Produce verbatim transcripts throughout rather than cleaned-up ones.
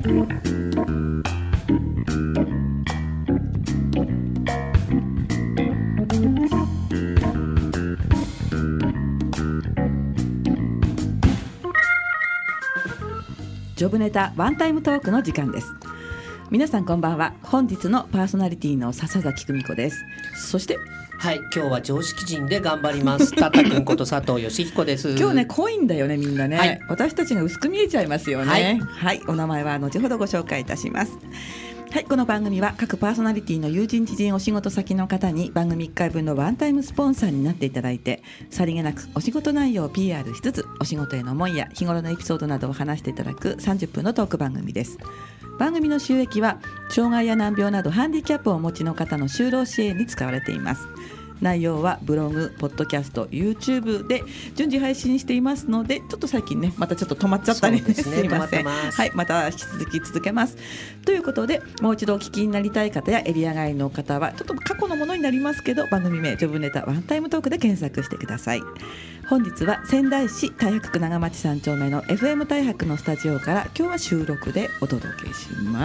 ジョブネタワンタイムトークの時間です。皆さんこんばんは。本日のパーソナリティの笹崎久美子です。そしてはい、今日は常識人で頑張りますたったくんこと佐藤義彦です。 今日ね濃いんだよねみんなね、はい、私たちが薄く見えちゃいますよね。はい、はい、お名前は後ほどご紹介いたします。はい、この番組は各パーソナリティの友人知人お仕事先の方に番組いっかいぶんのワンタイムスポンサーになっていただいて、さりげなくお仕事内容を ピーアール しつつお仕事への思いや日頃のエピソードなどを話していただくさんじゅっぷんのトーク番組です。番組の収益は障害や難病などハンディキャップをお持ちの方の就労支援に使われています。内容はブログ、ポッドキャスト、YouTube で順次配信していますので、ちょっと最近ねまたちょっと止まっちゃったり、ね、すいません。はい、また引き続き続けますということで、もう一度お聞きになりたい方やエリア外の方はちょっと過去のものになりますけど、番組名ジョブネタワンタイムトークで検索してください。本日は仙台市太白区長町さん丁目の エフエム 太白のスタジオから今日は収録でお届けします。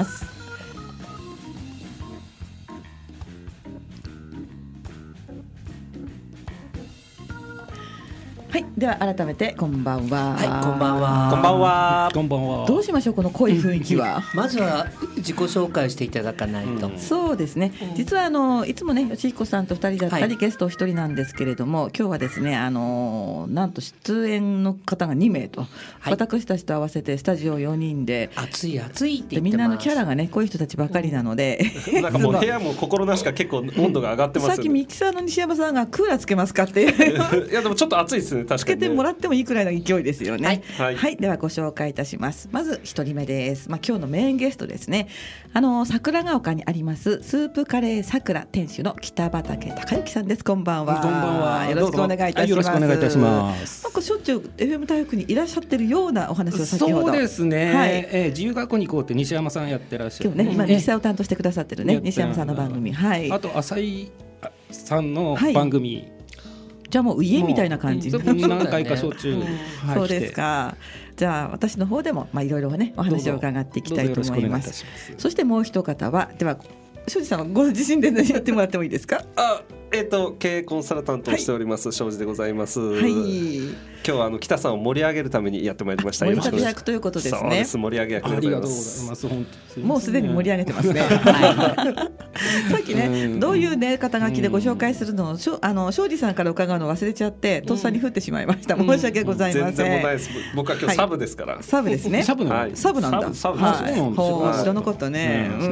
はい、では改めてこんばんは。 はい、こんばんは。 こんばんは。 こんばんは。 どうしましょうこの濃い雰囲気は。 まずは自己紹介していただかないと。うん、 そうですね。実はあのいつもね吉彦さんとふたりだったり、はい、ゲストお一人なんですけれども、今日はですねあのなんと出演の方がにめいと、はい、私たちと合わせてスタジオよにんで、 暑い暑いって言ってます。 みんなのキャラがねこういう人たちばかりなので、 うん、なんかもう部屋も心なしか結構温度が上がってますよね。 さっきミキサーの西山さんがクーラーつけますかっていういやでもちょっと暑いですね。確かに、ね、 つけてもらってもいいくらいの勢いですよね。 はい、 はい、ではご紹介いたします。まず一人目です。まあ、今日のメインゲストですね。あの桜ヶ丘にありますスープカレーさくら店主の北畑隆之さんです。こんばんは。 こんばんは。 よろしくお願いいたします。 よろしくお願いいたします。 なんかしょっちゅう エフエム 太白にいらっしゃってるようなお話を先ほど。 そうですね、 はい、 えー、自由学校に行こうって西山さんやってらっしゃる、 今日ね今ミキサーを担当してくださってるね、西山さんの番組、はい、 あと浅井さんの番組、はい、 じゃあもう家みたいな感じ、 うん、何回かしょっちゅう、うん、はい、 そうですか。じゃあ私の方でもまあいろいろねお話を伺っていきたいと思います。そしてもう一方は、では庄司さんはご自身でやってもらってもいいですか。 あ、えーと、経営コンサルタントをしております、はい、庄司でございます。 はい、 今日はあの北さんを盛り上げるためにやってまいりました。 盛り上げ役ということですね。 そうです、盛り上げ役でございます。 ありがとうございます。本当もうすでに盛り上げてますね。はい、さっきねどういう、ね、肩書きでご紹介するのをあの庄司さんから伺うのを忘れちゃってとっさに振ってしまいました。申し訳ございません。 全然もないです。僕は今日サブですから。 はい、サブですね。 サブなんだ。 はい、 サブなんだ。 サブ、サブ、 はい、ほう知らなかったね。うん、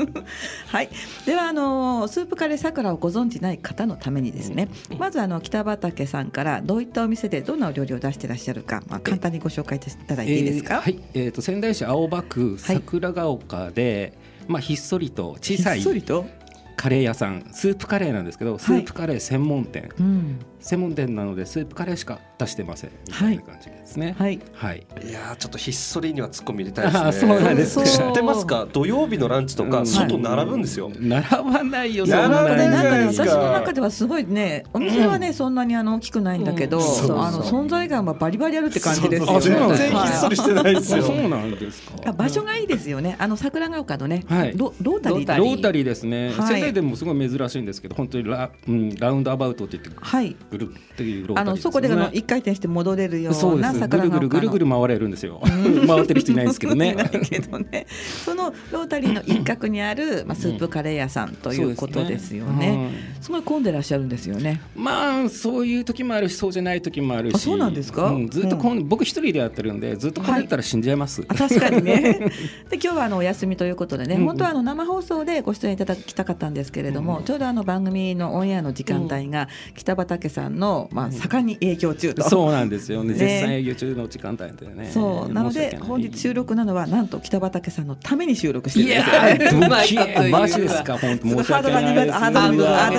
はい。ではあのスープカレーさくらをご存じない方のためにですね、まずあの北畑さんからどういったお店でどんなお料理を出していらっしゃるか、まあ、簡単にご紹介いただいていいですか。 えーはい、えー、と仙台市青葉区桜ヶ丘で、はい、まあ、ひっそりと小さいカレー屋さん、スープカレーなんですけど、スープカレー専門店、はい、うん、専門店なのでスープカレーしか出してませんみたいな感じですね。 はい、 はい、 いやちょっとひっそりには突っ込み入れたいですね。 あ、そうなんですね。 知ってますか。土曜日のランチとか、うん、外並ぶんですよ。 並ばないよ。 並ばない。なんかね、 私の中ではすごいね、お店はね、うん、そんなにあの大きくないんだけど、うん、そうそう、あの存在感はバリバリあるって感じですよね。 全然ひっそりしてないですよ。 そうなんですか。 場所がいいですよね。あの桜ヶ丘のね、はい、ロ, ロータリーロータリーですね。 はい、 仙台でもすごい珍しいんですけど、本当に ラ,、うん、ラウンドアバウトって言って、はい、ぐるっていうロータリーですね。あのそこであの一回転して戻れるような桜ヶ丘の、ぐるぐるぐるぐる回れるんですよ。回ってる人いないんですけどね。いないけどね。 そのロータリーの一角にある、まあ、スープカレー屋さんということですよね。うん、す, ね、うん、すごい混んでらっしゃるんですよね。 まあそういう時もあるしそうじゃない時もあるし。 あ、そうなんですか。 うん、ずっとこん、うん、僕一人でやってるんでずっと混んでたら死んじゃいます。 はい、確かにね。で今日はあのお休みということでね、うん、本当はあの生放送でご出演いただきたかったんですけれども、うん、ちょうどあの番組のオンエアの時間帯が北畑さんの、まあ、盛んに営業中と、 うん、そうなんですよね。絶賛営業中の時間帯でね。 そうなので本日収録なのはなんと北畑さんのために収録してるんですよね。 いやーマジですか。本当申し訳ないです。 ハードルが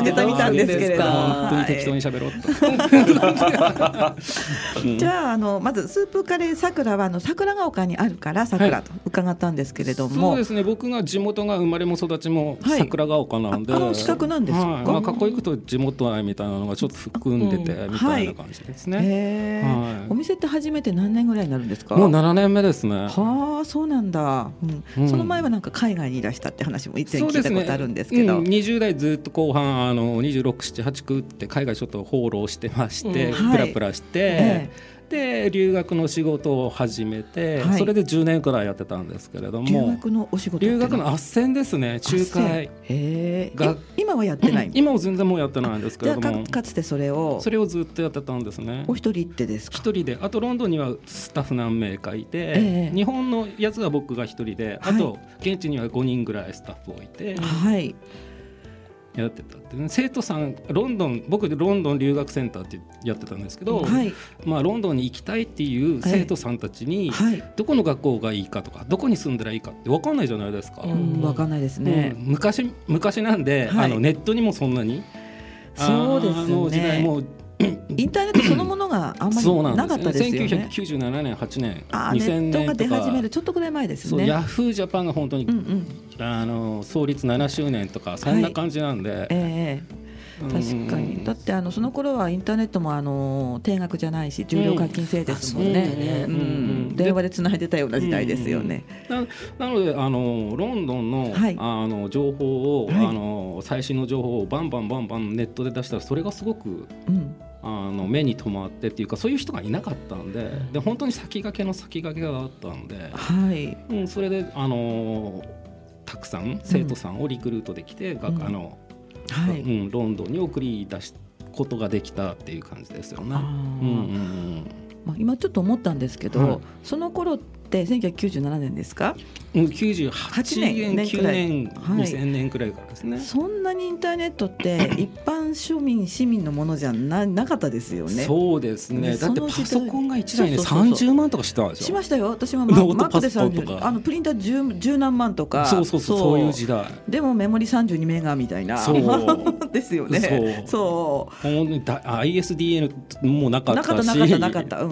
ネタ見たんですけれども、 本当に適当に喋ろうと。 じゃあ、あのまずスープカレーさくらはあの桜ヶ丘にあるからさくらと伺ったんですけれども、 はい、そうですね、僕が地元が生まれも育ちも桜ヶ丘なんで、 はい、あ, あの近くなんですか、はい、 まあ、かっこよくと地元愛みたいなのがちょっと含んでてみたいな感じですね、 うんはい、へー、はい、お店って始めて何年ぐらいになるんですか？ もうななねんめですね。 はあ、そうなんだ、うんうん、その前はなんか海外にいらしたって話も以前聞いたことあるんですけど、 そうですね、うん、にじゅう代ずっと後半あのにじゅうろく、なな、はち、きゅうって海外ちょっと放浪してまして、うん、プラプラして、はい、えーで留学の仕事を始めて、はい、それでじゅうねんくらいやってたんですけれども、 留学のお仕事って留学の斡旋ですね、仲介が今はやってない、 今は全然もうやってないんですけれども、 じゃあ か, かつてそれをそれをずっとやってたんですね。 お一人ってですか？ 一人で、あとロンドンにはスタッフ何名かいて、えー、日本のやつは僕が一人で、あと現地にはごにんぐらいスタッフをいて、はい、やってたって、ね、生徒さんロンドン、僕でロンドン留学センターってやってたんですけど、はい、まあ、ロンドンに行きたいっていう生徒さんたちに、はい、どこの学校がいいかとかどこに住んだらいいかって分かんないじゃないですか、 うん、分かんないですね、 うん、昔, 昔なんで、はい、あのネットにもそんなにそうですね、 あの時代もインターネットそのものがあんまりなかったですよね。 せんきゅうひゃくきゅうじゅうななねん、はちねん、 あにせんねんとかネットが出始めるちょっとぐらい前ですね。 そう、ヤフージャパンが本当に、うんうん、あの創立ななしゅうねんとかそんな感じなんで、はい、えー確かに、だってあのその頃はインターネットもあの定額じゃないし重量課金制ですもんね、電話でつないでたような時代ですよね、 うんうん、な, なのであのロンドン の,、はい、あの情報を、はい、あの最新の情報をバンバンバンバンネットで出したらそれがすごく、うん、あの目に留まってっていうか、そういう人がいなかったんで、で本当に先駆けの先駆けがあったんで、はいうん、それであのたくさん生徒さんをリクルートできて、うん、あのはいうん、ロンドンに送り出すことができたっていう感じですよね。うんうんうんまあ、今ちょっと思ったんですけど、はい、その頃ってせんきゅうひゃくきゅうじゅうななねんですか？ きゅうじゅうはちねん、きゅうねん、はい、にせんねんくらいからですね。 そんなにインターネットって一般庶民市民のものじゃ な, なかったですよね。 そうですね。だってパソコンがいちだいでさんじゅうまんとかしてたんですよ。 しましたよ。私はマックでさんじゅう、あのプリンター 10, 10何万とか、 そうそうそう、そういう時代でもメモリさんじゅうにメガみたいな、そうですよね。そうそう、 アイエスディーエヌ もなかったし、なかったなかったなかった、うんうん、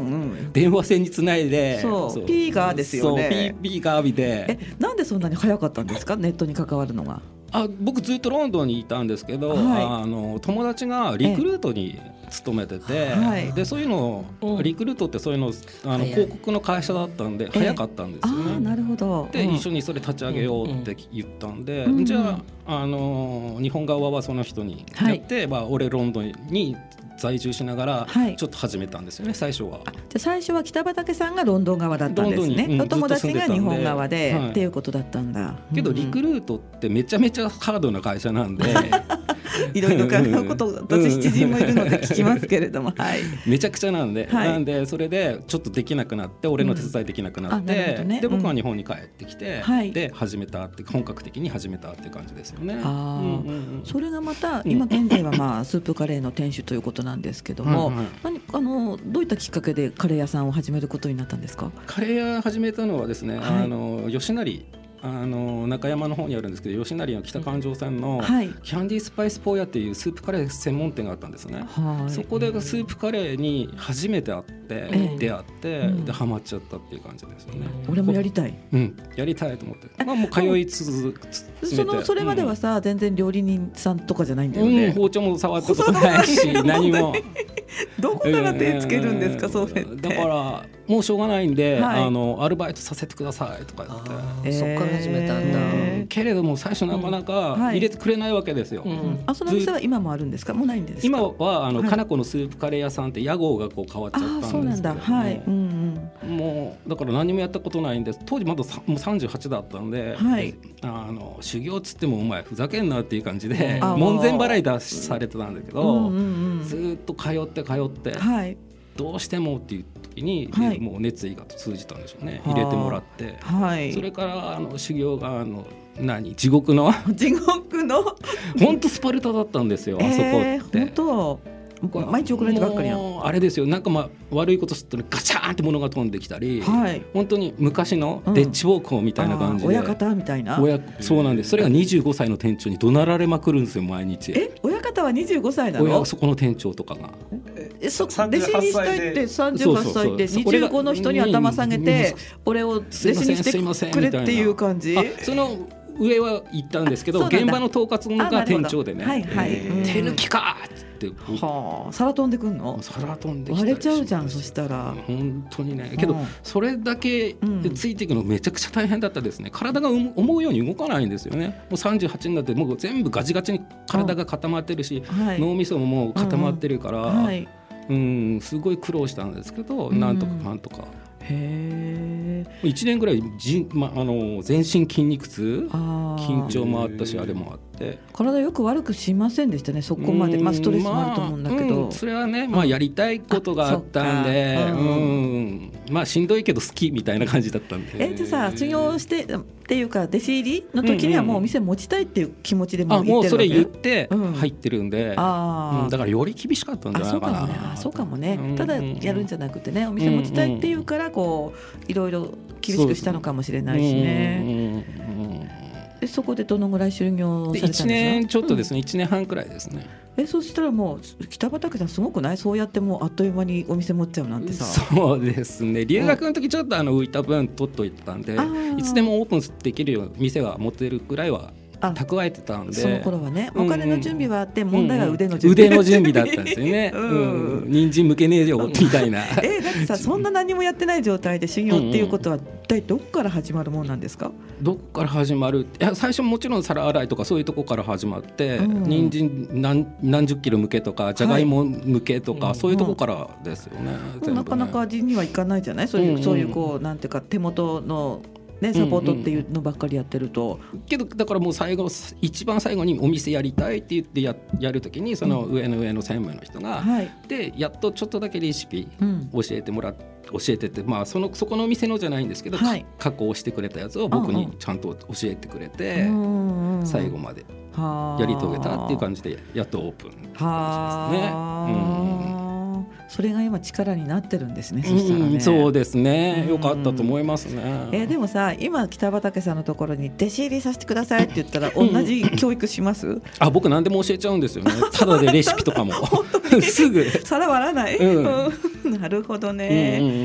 電話線につないで、 そうそう P がですよね。 そう P がで、 え、なんでそんなに早かったんですか、ネットに関わるのが。 あ、僕ずっとロンドンにいたんですけど、はい、あの友達がリクルートに勤めてて、はい、でそういうのをリクルートってそういうのあの広告の会社だったんで早かったんですよね。 あ、なるほど。 で、うん、一緒にそれ立ち上げようって言ったんで、うんうん、じゃあ、あの日本側はその人にやって、はい、まあ、俺ロンドンに在住しながらちょっと始めたんですよね、はい、最初は。 あ、じゃあ最初は北畑さんがロンドン側だったんですね。うん、お友達が日本側で、はい、っていうことだったんだ。 けどリクルートってめちゃめちゃハードな会社なんでいろいろなこと私知人もいるので聞きますけれども、はい、 めちゃくちゃなんで、はい、なんでそれでちょっとできなくなって、俺の手伝いできなくなって、うんね、で僕は日本に帰ってきて、うん、で始めたって、本格的に始めたって感じですよね。あ、 うんうんうん、それがまた今現在は、まあ、スープカレーの店主ということなんですけども、はいはい、何あのどういったきっかけでカレー屋さんを始めることになったんですか？ カレー屋始めたのはですね、はい、あの吉成、あの中山の方にあるんですけど、吉成の北環状線のキャンディースパイスポーヤっていうスープカレー専門店があったんですね、はい、そこでスープカレーに初めて会って、えー、出会って、うん、でハマっちゃったっていう感じですよね。 俺もやりたい、 うん、やりたいと思って、まあ、もう通い続けて、 そのそれまではさ、うん、全然料理人さんとかじゃないんだよね、 うん、包丁も触ったことないし何もどこから手つけるんですか、それって。 だからもうしょうがないんで、はい、あのアルバイトさせてくださいとか言って、 そっから始めたんだ、 えー、けれども最初なかなか入れてくれないわけですよ、うんはい、うん、 あ、その店は今もあるんですか？もうないんですか？ 今はあの、はい、かなこのスープカレー屋さんって屋号がこう変わっちゃったんですけど、あ、そうなんだ、はい、うんうん、もうだから何もやったことないんです。当時まだもうさんじゅうはちだったんで、はい、あの修行つってもお前ふざけんなっていう感じで門前払い出されてたんだけど、うんうんうん、ずっと通って通って、はい、どうしてもっていう時に、はい、もう熱意が通じたんでしょうね。入れてもらって、はい、それからあの修行があの何地獄の地獄の本当スパルタだったんですよ、あそこって。 本当毎日送られてばっかりなの。 あれですよ、なんかまあ悪いことすると、ね、ガチャーンって物が飛んできたり、はい、本当に昔のデッチ奉公みたいな感じで、 うん、親方みたいな、 親そうなんです。それがにじゅうごさいの店長に怒鳴られまくるんですよ、毎日。 え、親方たはにじゅうごさいなの？ 親はそこの店長とかがえそ弟子にしたいってさんじゅうはっさいでにじゅうごの人に頭下げて俺を弟子にしてくれっていう感じ。 あその上は行ったんですけど現場の統括が店長でね、はいはい、手抜きかってはあ、皿飛んでくんの？ 皿飛んできた割れちゃうじゃん。そしたら本当にね、けどそれだけついていくのめちゃくちゃ大変だったですね。体が思うように動かないんですよね。もうさんじゅうはちになってもう全部ガチガチに体が固まってるし、はい、脳みそももう固まってるから、うんはい、うんすごい苦労したんですけど、うん、なんとかなんとかへいちねんぐらいじ、ま、あの全身筋肉痛緊張もあったしあれもあって体よく悪くしませんでしたねそこまで、まあ、ストレスもあると思うんだけど、まあうん、 それはね、まあ、やりたいことがあったんで、うん、まあしんどいけど好きみたいな感じだったんでえじゃあさ修行してっていうか弟子入りの時にはもうお店持ちたいっていう気持ちでもう言ってるわけ、 あもうそれ言って入ってるんで、うんあうん、だからより厳しかったんじゃないかな。 あそうかもね、あそうかもね、うん、ただやるんじゃなくてねお店持ちたいっていうからこういろいろ厳しくしたのかもしれないしね。うんうんうんでそこでどのぐらい修行されたんですか？いちねんちょっとですね、うん、いちねんはんくらいですね。 えそうしたらもう北畠さんすごくない？そうやってもうあっという間にお店持っちゃうなんてさ。 そうですね留学の時ちょっとあの浮いた分取っといてたんで、いつでもオープンできるよう店が持ってるくらいは蓄えてたんでその頃はねお金の準備はあって、うん、問題は腕の準備、うん、腕の準備だったんですよね、うんうん、人参向けねえよみたいなえだってさそんな何もやってない状態で修行っていうことは一体どこから始まるもんなんですか？ どこから始まるいや最初もちろん皿洗いとかそういうとこから始まって、うん、人参 何, 何十キロ向けとかじゃがいも向けとか、はい、そういうとこからですよね、 うん、なかなか味にはいかないじゃないそういう、うん、そういうこうなんていうか手元のね、サポートっていうのばっかりやってると、 うんうん、けどだからもう最後一番最後にお店やりたいって言って や, やるときにその上の上の専務の人が、うんはい、でやっとちょっとだけレシピ教えてもらって、うん、教えてて、まあ、そ, のそこのお店のじゃないんですけど、はい、加工してくれたやつを僕にちゃんと教えてくれて、うんうん、最後までやり遂げたっていう感じでやっとオープンって感じですね。うんそれが今力になってるんですね。そしたらね、 うん、そうですねよかったと思いますね、 えー、でもさ今北畠さんのところに弟子入りさせてくださいって言ったら同じ教育します？ あ僕何でも教えちゃうんですよねただでレシピとかもすぐ皿割らない、うん、なるほどね、うんうんうん、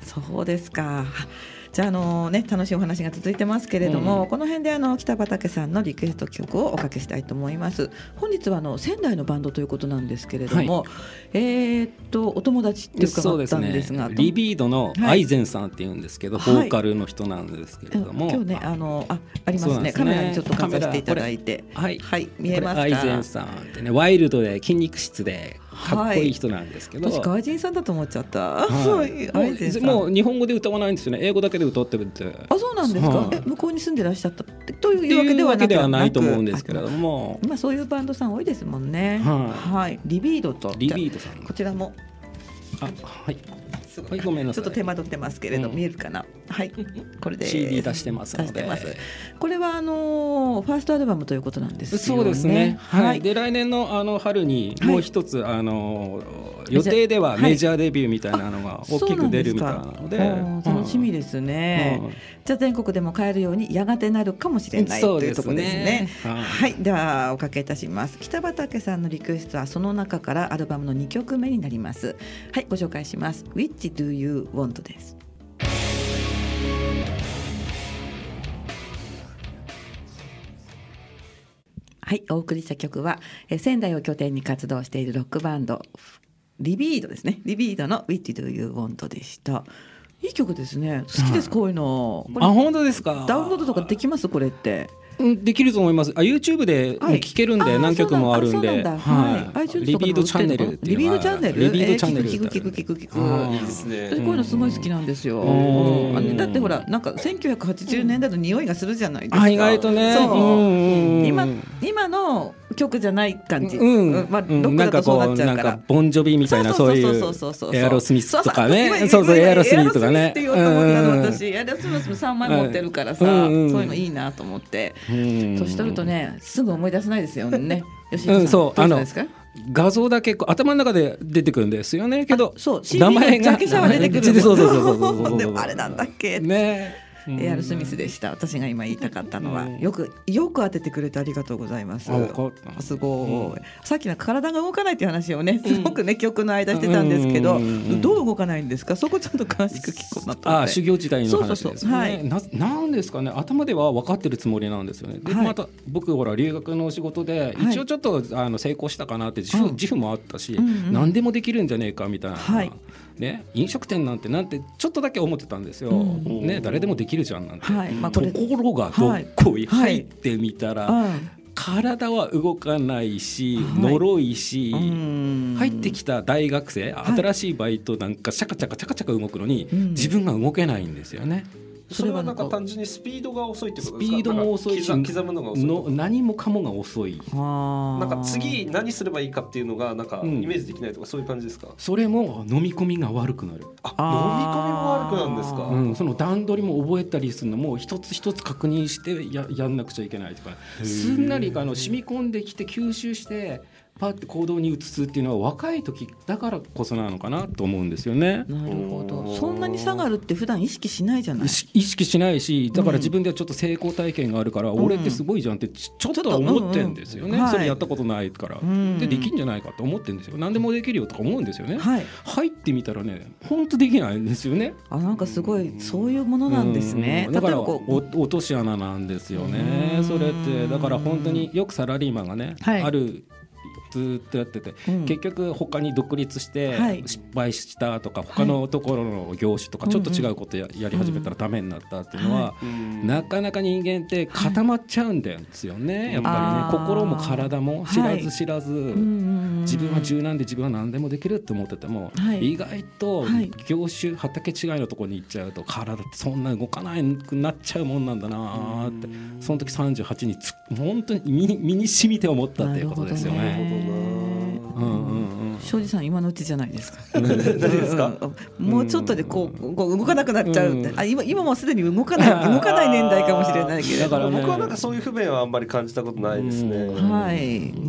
そうですか。じゃあ、あのね、楽しいお話が続いてますけれども、うん、この辺であの北畠さんのリクエスト曲をおかけしたいと思います。本日はあの仙台のバンドということなんですけれども、はい、えー、っとお友達って伺ったんですが、 そうですね、リビードのアイゼンさんっていうんですけど、はい、ボーカルの人なんですけれども、 はい、今日ね あの あ, あります ね, すねカメラにちょっとかざしていただいて、はい、はい、見えますか？ アイゼンさんってねワイルドで筋肉質でかっこいい人なんですけど、 はい、私外人さんだと思っちゃった、はい、 も, うもう日本語で歌わないんですよね。英語だけで歌ってるって。 あそうなんですか、はい、え向こうに住んでらっしゃったというわけではなく、 っていうわけではないと思うんですけれども、 今そういうバンドさん多いですもんね、はいはい、リビードとリビードさんこちらもあはいはい、ごめんなさい。 ちょっと手間取ってますけれど、うん、見えるかな。はい、これでシーディー 出してますので、 これはあのファーストアルバムということなんですよね。 そうですね。はい。はい、で来年のあの春にもう一つ、はい、あの予定ではメジャーデビューみたいなのが大きく出るみたいなので、 はい、楽しみですね。うん、じゃあ全国でも買えるようにやがてなるかもしれないというところですね。はい、はい、ではおかけいたします。北畠さんのリクエストはその中からアルバムのにきょくめになります。はい、ご紹介します。Which Do You Want です。はい、お送りした曲はえ仙台を拠点に活動しているロックバンドリビードですね。リビードの Which Do You Want でした。いい曲ですね。好きです、はい、こういうの。これあ本当ですか。 ダウンロードとかできますこれって？ できると思います。あ YouTube で聴けるんで、はい、何曲もあるんで、 はい、 リビードチャンネルっていうリビードチャンネルリビードチャンネル聞く聞く聞く聞く。いいですね。私こういうのすごい好きなんですよ。うん、だってほらなんかせんきゅうひゃくはちじゅうねんだいの匂いがするじゃないですか。 あ意外とね。そううん今今の曲じゃない感じ。うんまあロックだとそうなっちゃうから。なんかボンジョビみたいなそういうエアロスミスとかね。そうそうエアロスミスとかね。 って言おうと思ったの私エアロスミスさんまい持ってるからさ、そういうのいいなと思って。年取るとねすぐ思い出せないですよね。吉井さん、うん、そうあの画像だけ頭の中で出てくるんですよね。けどそう名前がジャケ写は出てくる。 そうそうそうそうそうでもあれなんだっけね。 エアル・スミスでした。私が今言いたかったのは、よくよく当ててくれてありがとうございます。すごい、さっきの体が動かないっていう話をね、すごくね、曲の間してたんですけど、どう動かないんですか？そこちょっと詳しく聞こうなと。 あ、修行時代の話ですね。 はい、 な, なんですかね、頭では分かってるつもりなんですよね。で、はい、また僕ほら留学の仕事で一応ちょっと、はい、あの成功したかなって自負、うん、自負もあったし、うんうん、何でもできるんじゃねえかみたいな、はいね、飲食店なんてなんてちょっとだけ思ってたんですよ、うんね、誰でもできるじゃんなんて、はいまあ、ところがどっこい入ってみたら、はいはい、体は動かないし、はい、のろいし、入ってきた大学生、はい、新しいバイトなんかシャカチャカチャカチャカ動くのに、うん、自分が動けないんですよね。 それはなんか単純にスピードが遅いってことですか？ スピードも遅いし、 刻むのが遅いの、 何もかもが遅い。 なんか次何すればいいかっていうのがなんかイメージできないとか、そういう感じですか？ それも飲み込みが悪くなる。 あ、飲み込みも悪くなるんですか？ うん、その段取りも覚えたりするのも一つ一つ確認してや、やんなくちゃいけないとか、すんなりあの染み込んできて吸収してパッて行動に移すっていうのは若い時だからこそなのかなと思うんですよね。 なるほど。そんなに下がるって普段意識しないじゃない。 意識しないし、だから自分ではちょっと成功体験があるから、うん、俺ってすごいじゃんってちょっと思ってんですよね、うんうん、それやったことないから、うん、でできんじゃないかと思ってんですよ。何でもできるよとか思うんですよね、はい、入ってみたらね、本当できないんですよね。 あ、なんかすごいそういうものなんですね、 うん、だからお落とし穴なんですよね、それって。だから本当によくサラリーマンがね、はい、あるずっとやってて、うん、結局他に独立して失敗したとか、はい、他のところの業種とかちょっと違うこと や,、やり始めたらダメになったっていうのは、うん、なかなか人間って固まっちゃうんですよね、はい、やっぱりね。心も体も知らず知らず、はい、自分は柔軟で自分は何でもできるって思ってても、はい、意外と業種畑違いのところに行っちゃうと体ってそんな動かなくなっちゃうもんなんだなって、その時さんじゅうはちにつ本当に身に、身に染みて思ったっていうことですよね。 庄司さん今のうちじゃないですか。ですかもうちょっとでこう、こう動かなくなっちゃうって、うん、あ 今, 今もすでに動かない動かない年代かもしれないけど、 だから僕はなんかそういう不便はあんまり感じたことないですね、うん、はい、うん、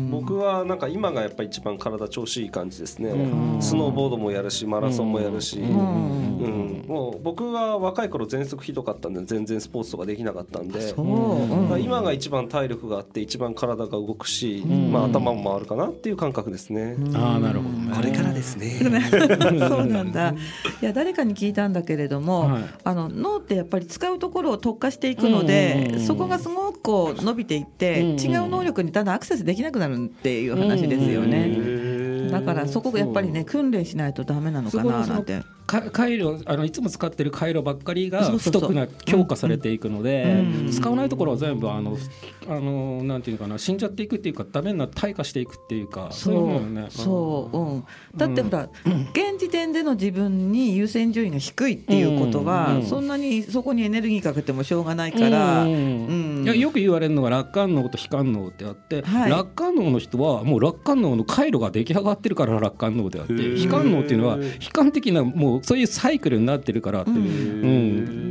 僕はなんか今がやっぱり一番体調子いい感じですね、うん、スノーボードもやるしマラソンもやるし、うんうん、もう僕は若い頃喘息ひどかったんで全然スポーツとかできなかったんで、そう、うん、今が一番体力があって一番体が動くし、うんまあ、頭も回るかなっていう感覚ですね、うん、 あ、なるほどね。 これからですねそうなんだ。いや誰かに聞いたんだけれども、はい、あの脳ってやっぱり使うところを特化していくので、うん、そこがすごくこう伸びていって、うん、違う能力にだんだんアクセスできなくなるっていう話ですよね、うん、だからそこがやっぱりね訓練しないとダメなのかななんて。 回路あのいつも使ってる回路ばっかりが太くな強化されていくので、使わないところは全部あのあのなんていうかな、死んじゃっていくっていうかダメになって退化していくっていうか、そういうのね。そう、うん、だってほら、うん、現時点での自分に優先順位が低いっていうことは、うんうん、そんなにそこにエネルギーかけてもしょうがないから、うんうん、いやよく言われるのが楽観脳と悲観脳ってあって、はい、楽観脳の人はもう楽観脳の回路が出来上がってるから楽観脳であって、悲観脳っていうのは悲観的なもうそういうサイクルになってるからって、うん、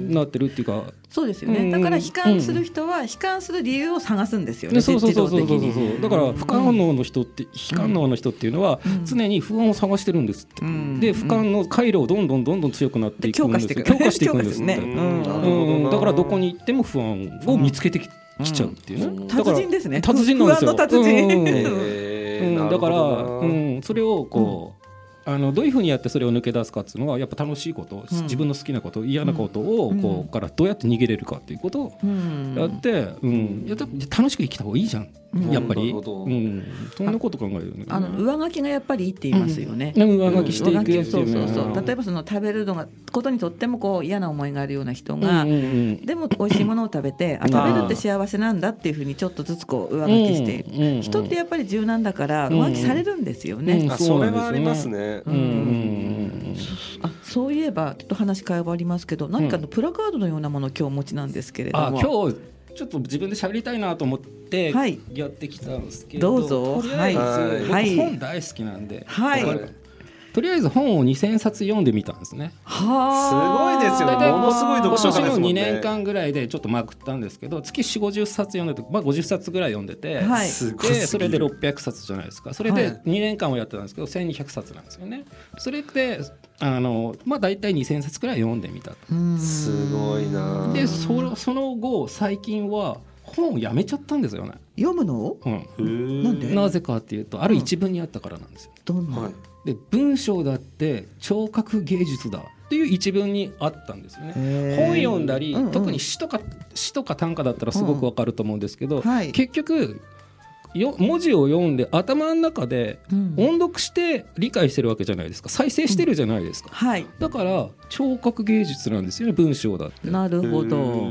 なってるっていうか、そうですよね。だから悲観する人は悲観する理由を探すんですよね、 そうそうそうそうそうそう。だから不感能の人って、うん、悲観能の人っていうのは常に不安を探してるんですって、うん、で不感の回路をどんどんどんどん強くなっていくんですよ、強化していくんですって、うんうん、だからどこに行っても不安を見つけて き,、うん、きちゃうっていうね、うん、 達人ですね。 達人なんですよ、 不安の達人、うんうん、だから、うん、それをこう、うんあのどういうふうにやってそれを抜け出すかっていうのはやっぱ楽しいこと、うん、自分の好きなこと嫌なことをこうからどうやって逃げれるかっていうことをやって、うん、やっぱ楽しく生きた方がいいじゃん、うん、やっぱり、うん、そんなこと考えるよね。 あの上書きがやっぱりいいって言いますよね、 うん、上書きしていくっていう、ね、 そうそうそう。例えばその食べるのがことにとってもこう嫌な思いがあるような人が、うんうんうん、でも美味しいものを食べてあ食べるって幸せなんだっていうふうにちょっとずつこう上書きしている、うんうんうん、人ってやっぱり柔軟だから上書きされるんですよね、うんうん、 あそれはありますね、うんうんあそういえばちょっと話変わりますけど、何かのプラカードのようなものを今日お持ちなんですけれども、 あ今日ちょっと自分で喋りたいなと思ってやってきたんですけど、 はい、どうぞ。 とりあえず、はい、僕本大好きなんで、 はい、 とりあえず本をにせんさつ読んでみたんですね。 はすごいですよね。ものすごい読書家ですもんね。 今年のにねんかんぐらいでちょっとまくったんですけど、月よんじゅう、ごじゅっさつ読んでて、まあ、ごじゅっさつぐらい読んでて、はい、でそれでろっぴゃくさつじゃないですか。それでにねんかんをやってたんですけどせんにひゃくさつなんですよね。それであの、まあ、大体にせんさつくらい読んでみたと。 すごいな。 で そ, その後最近は本をやめちゃったんですよね。 読むの、 うん、 なんで？ なぜかっていうとある一文にあったからなんですよ。 どんな、 はい、 で文章だって聴覚芸術だっていう一文にあったんですよね。本読んだり、うんうん、特に詩とか詩とか短歌だったらすごくわかると思うんですけど、うんはい、結局よ文字を読んで頭の中で音読して理解してるわけじゃないですか。再生してるじゃないですか、うんはい、だから聴覚芸術なんですよね、文章だって。 なるほど、うん、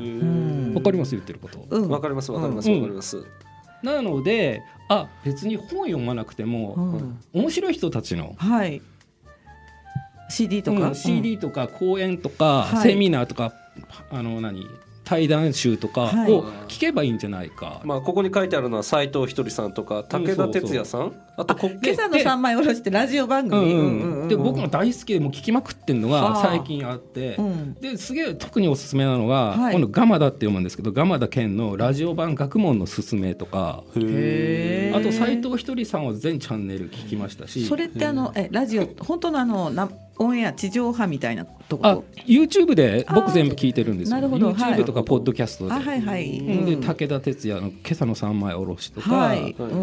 わかります言ってること。 うん、わかりますわかりますわかります、うん、 なのであ別に本読まなくても、うん、面白い人たちの、 はい、シーディー とか、 うん、シーディー とか講演とか、はい、セミナーとかあの何対談集とかを聞けばいいんじゃないか、はい、 まあ、ここに書いてあるのは斉藤ひとりさんとか武田鉄矢さん、うん、そうそうあとこ今朝の三枚おろしってラジオ番組、 うんうんうん、で僕も大好きでもう聞きまくってるのが最近あって、うん、ですげえ特におすすめなのが、はい、このガマダって読むんですけどガマダ健のラジオ版学問のすすめとか、へあと斉藤ひとりさんは全チャンネル聞きましたし。 それってあのえラジオ本当のあのなオンエア地上波みたいなところ。 あ YouTube で僕全部聞いてるんですよ。 なるほど、 YouTube とかポッドキャストで、 あ、はいはい、 うん、で武田鉄矢の今朝の三枚おろしとか、はい、うん、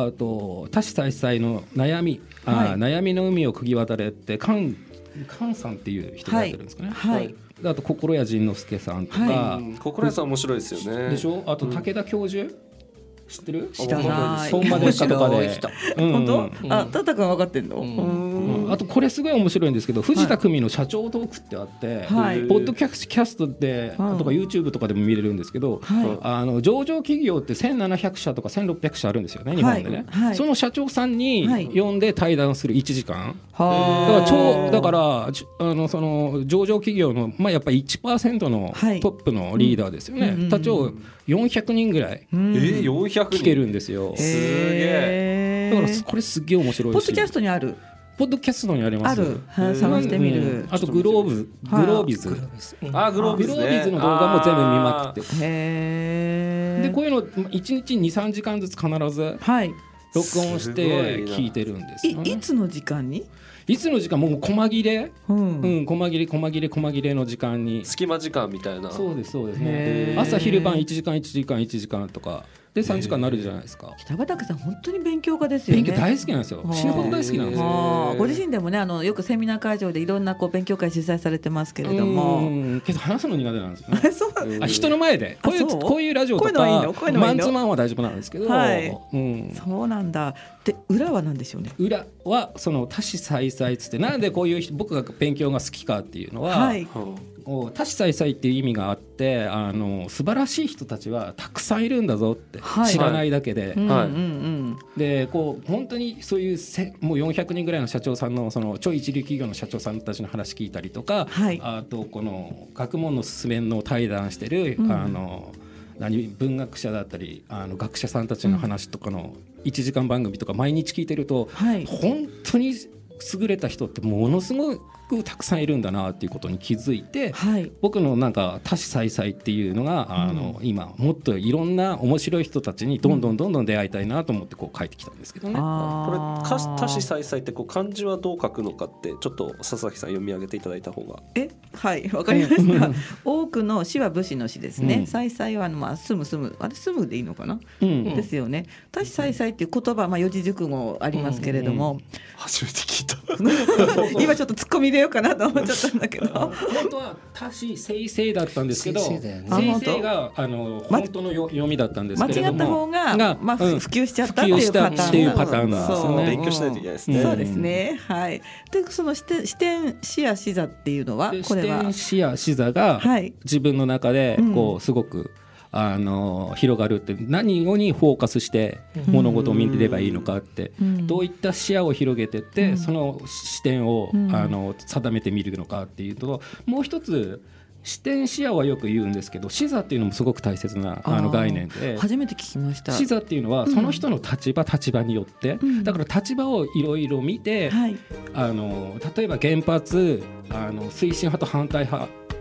あと多子多彩の悩み、はい、あ悩みの海を釘渡れってカンさんっていう人がやってるんですかね、はいはい、あと心谷仁之助さんとか、 はい、心谷さん面白いですよね。 でしょ。あと武田教授、うん、知ってる？ 知らない。 本間でかとかで、 うん、本当？うん、あ、タタ君分かってんの？うんうん、あとこれすごい面白いんですけど、藤田久美の社長トークってあって、はい、ポッドキャストで、はい、とか YouTube とかでも見れるんですけど、はい、あの上場企業ってせんななひゃくしゃとかせんろっぴゃくしゃあるんですよね、日本でね、はいはい、その社長さんに呼んで対談するいちじかん、はい、だから超だからあのその上場企業の、まあ、やっぱり いちパーセント のトップのリーダーですよね、はい、他庁よんひゃくにんぐらい聞けるんですよ。 すげえ。 だからこれすげえ面白いし、 ポッドキャストにあるポッドキャストにあります。 ある、は探してみる、うん、 あとグローブグロービズ、 あグロービズ、ね、 グロービズの動画も全部見まくって、へでこういうのいちにち にさんじかんずつ必ず録音して聞いてるんですよ、ね、 い, いつの時間にいつの時間もう細切れ、うんうん、細切れ細切れ細切れの時間に隙間時間みたいな。 そうですそうですね。朝昼晩いちじかんいちじかんいちじかんとかでさんじかんになるじゃないですか。 北畠さん本当に勉強家ですよね。 勉強大好きなんですよ。死ぬほど大好きなんですよ。 ご自身でもねあのよくセミナー会場でいろんなこう勉強会主催されてますけれども、 うんけど話すの苦手なんですよね。 そうあ人の前でこういうこういうラジオとかマンツーマンは大丈夫なんですけど、はいうん、 そうなんだ。で裏は何でしょうね。 裏はその多子済々つってなんでこういう僕が勉強が好きかっていうのは、はい、多子済々っていう意味があってあの素晴らしい人たちはたくさんいるんだぞって、はい、知らないだけで、はい、でこう本当にそういうせもうよんひゃくにんぐらいの社長さん の, その超一流企業の社長さんたちの話聞いたりとか、はい、あとこの学問のすすめの対談してる、うん、あの何文学者だったりあの学者さんたちの話とかのいちじかん番組とか毎日聞いてると、はい、本当に優れた人ってものすごくたくさんいるんだなっていうことに気づいて、はい、僕のなんか多子済々っていうのが、うん、あの今もっといろんな面白い人たちにどんどんどんどん出会いたいなと思ってこう書いてきたんですけどね、うん、 これ多子済々ってこう漢字はどう書くのかってちょっと佐々木さん読み上げていただいた方が。 えはいわかりました多くの死は武士の死ですね、うん、済々はまあ住む住むあれ住むでいいのかな、うん、ですよね。多子済々っていう言葉、まあ、四字熟語ありますけれども、うんうん、 初めて聞いた今ちょっと突っ込み入れようかなと思っちゃったんだけど本当は多子済々だったんですけど済々があの本当の読みだったんですけれども間違った方が、がまあ、普及しちゃったっていうパターン、 っていうパターンなんですよね。 勉強しないといけないですね、 うん、そうですね、はい、でその視点視点視野視座っていうのはこれは視点視野視座が自分の中でこうすごくあの広がるって何にフォーカスして物事を見ればいいのかって、うん、どういった視野を広げてって、うん、その視点を、うん、あの定めてみるのかっていうともう一つ視点視野はよく言うんですけど視座っていうのもすごく大切なあの概念で初めて聞きました。 視座っていうのはその人の立場、うん、立場によって、うん、だから立場をいろいろ見て、はい、あの例えば原発あの推進派と反対派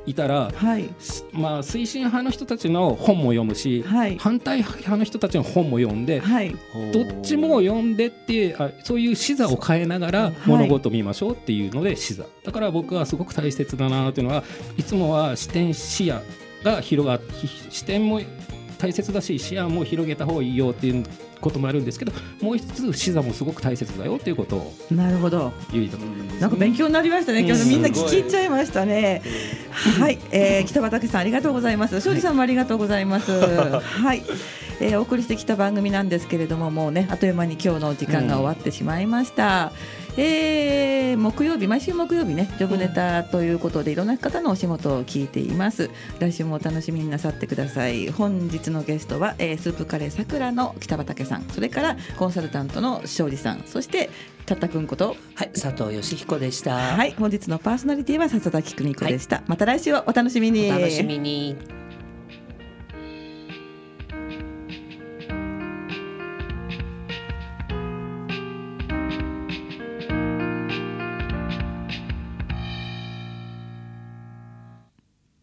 いたら、はい、まあ、推進派の人たちの本も読むし、はい、反対派の人たちの本も読んで、はい、どっちも読んでってあそういう視座を変えながら物事を見ましょうっていうので視座だから僕はすごく大切だなというのはいつもは視点視野が広がって視点も大切だし視野も広げた方がいいよっていうこともあるんですけどもう一つ視座もすごく大切だよっていうことをなるほど言いたかったです。 なんか勉強になりましたね、うん、今日みんな聞き入っちゃいましたね、うん、はい、えー、北畠さんありがとうございます。庄司さんもありがとうございます、はいはい、えー、お送りしてきた番組なんですけれどももうねあっという間に今日の時間が終わってしまいました、うん、えー、木曜日毎週木曜日ねジョブネタということでいろんな方のお仕事を聞いています。来週もお楽しみになさってください。本日のゲストは、えー、スープカレーさくらの北畠さんそれからコンサルタントの庄司さんそしてたったくんことはい佐藤義彦でした。 はい本日のパーソナリティは笹崎久美子でした、はい、また来週はお楽しみに。 お楽しみに。